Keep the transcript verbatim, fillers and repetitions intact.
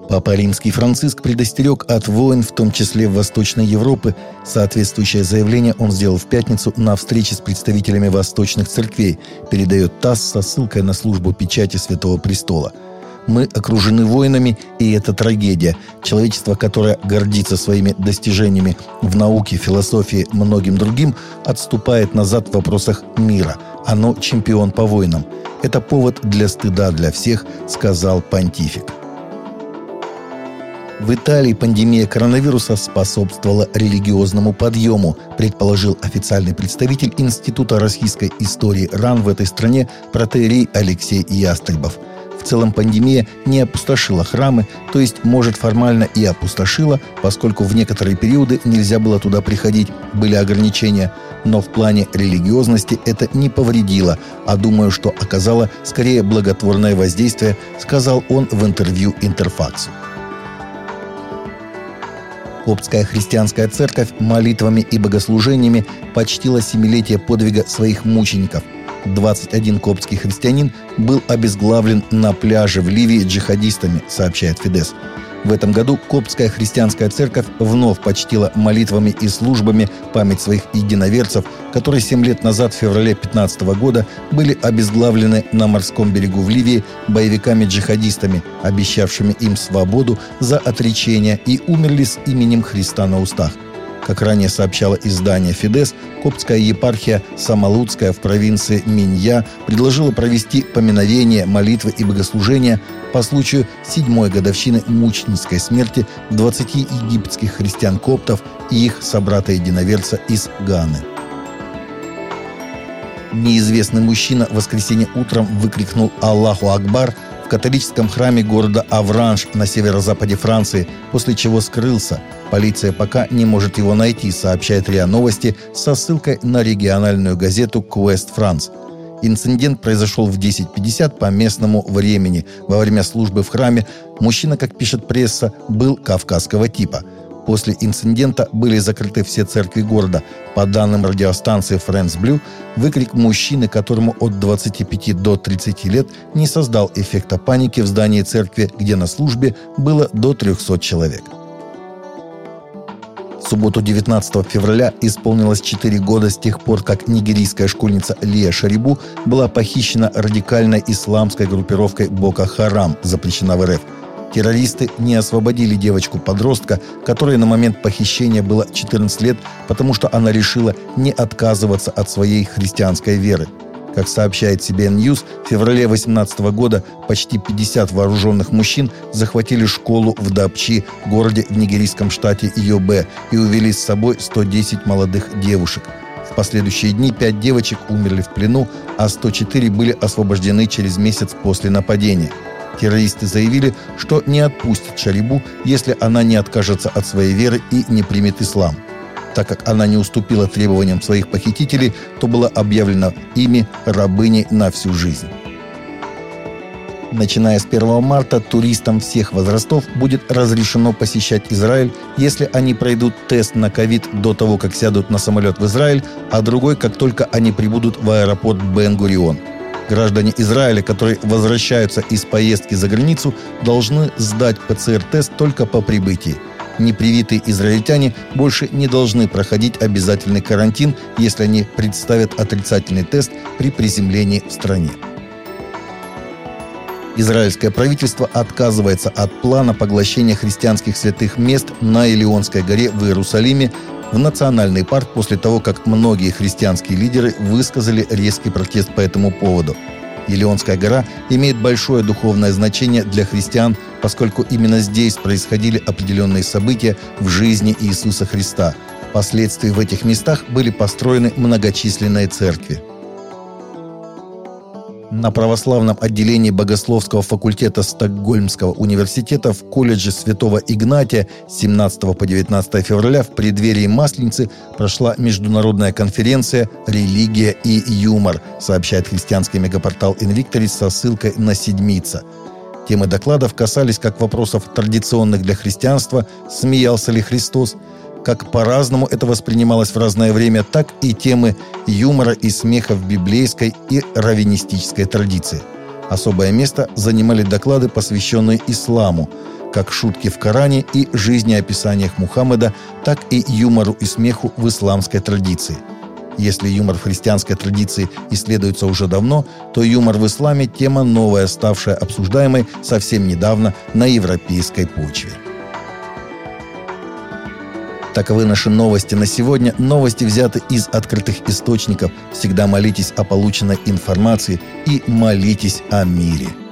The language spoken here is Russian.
Папа Римский Франциск предостерег от войн, в том числе в Восточной Европе. Соответствующее заявление он сделал в пятницу на встрече с представителями восточных церквей, передает ТАСС со ссылкой на службу печати Святого Престола. «Мы окружены войнами, и это трагедия. Человечество, которое гордится своими достижениями в науке, философии, многим другим, отступает назад в вопросах мира. Оно чемпион по войнам. Это повод для стыда для всех», — сказал понтифик. В Италии пандемия коронавируса способствовала религиозному подъему, предположил официальный представитель Института российской истории РАН в этой стране протоиерей Алексей Ястребов. В целом пандемия не опустошила храмы, то есть, может, формально и опустошила, поскольку в некоторые периоды нельзя было туда приходить, были ограничения. Но в плане религиозности это не повредило, а думаю, что оказало скорее благотворное воздействие, сказал он в интервью Интерфаксу. Коптская христианская церковь молитвами и богослужениями почтила семилетие подвига своих мучеников. двадцать один коптский христианин был обезглавлен на пляже в Ливии джихадистами, сообщает Фидес. В этом году Коптская христианская церковь вновь почтила молитвами и службами память своих единоверцев, которые семь лет назад, в феврале две тысячи пятнадцатого года, были обезглавлены на морском берегу в Ливии боевиками-джихадистами, обещавшими им свободу за отречение, и умерли с именем Христа на устах. Как ранее сообщало издание «Фидес», коптская епархия Самалутская в провинции Минья предложила провести поминовение, молитвы и богослужения по случаю седьмой годовщины мученической смерти двадцати египетских христиан-коптов и их собрата-единоверца из Ганы. Неизвестный мужчина в воскресенье утром выкрикнул «Аллаху Акбар» в католическом храме города Авранж на северо-западе Франции, после чего скрылся. Полиция пока не может его найти, сообщает РИА Новости со ссылкой на региональную газету «Квест Франс». Инцидент произошел в десять пятьдесят по местному времени. Во время службы в храме мужчина, как пишет пресса, был кавказского типа. После инцидента были закрыты все церкви города. По данным радиостанции France Blue, выкрик мужчины, которому от двадцати пяти до тридцати лет, не создал эффекта паники в здании церкви, где на службе было до трехсот человек. В субботу девятнадцатого февраля исполнилось четыре года с тех пор, как нигерийская школьница Лия Шарибу была похищена радикальной исламской группировкой Боко Харам, запрещена в РФ. Террористы не освободили девочку-подростка, которой на момент похищения было четырнадцать лет, потому что она решила не отказываться от своей христианской веры. Как сообщает си би эн News, в феврале две тысячи восемнадцатого года почти пятьдесят вооруженных мужчин захватили школу в Дапчи, городе в нигерийском штате Йобе, и увели с собой сто десять молодых девушек. В последующие дни пять девочек умерли в плену, а сто четыре были освобождены через месяц после нападения. Террористы заявили, что не отпустят Шарибу, если она не откажется от своей веры и не примет ислам. Так как она не уступила требованиям своих похитителей, то была объявлена ими рабыней на всю жизнь. Начиная с первого марта туристам всех возрастов будет разрешено посещать Израиль, если они пройдут тест на ковид до того, как сядут на самолет в Израиль, а другой, как только они прибудут в аэропорт Бен-Гурион. Граждане Израиля, которые возвращаются из поездки за границу, должны сдать пэ цэ эр-тест только по прибытии. Непривитые израильтяне больше не должны проходить обязательный карантин, если они представят отрицательный тест при приземлении в стране. Израильское правительство отказывается от плана поглощения христианских святых мест на Илионской горе в Иерусалиме в национальный парк после того, как многие христианские лидеры высказали резкий протест по этому поводу. Илионская гора имеет большое духовное значение для христиан, поскольку именно здесь происходили определенные события в жизни Иисуса Христа. Впоследствии в этих местах были построены многочисленные церкви. На православном отделении богословского факультета Стокгольмского университета в колледже Святого Игнатия с семнадцатого по девятнадцатое февраля в преддверии Масленицы прошла международная конференция «Религия и юмор», сообщает христианский мегапортал «Инвикторис» со ссылкой на Седмица. Темы докладов касались как вопросов традиционных для христианства «Смеялся ли Христос?», как по-разному это воспринималось в разное время, так и темы юмора и смеха в библейской и раввинистической традиции. Особое место занимали доклады, посвященные исламу. как шутки в Коране и жизнеописаниях Мухаммеда, так и юмору и смеху в исламской традиции. Если юмор в христианской традиции исследуется уже давно, то юмор в исламе – тема новая, ставшая обсуждаемой совсем недавно на европейской почве. Таковы наши новости на сегодня. Новости взяты из открытых источников. Всегда молитесь о полученной информации и молитесь о мире.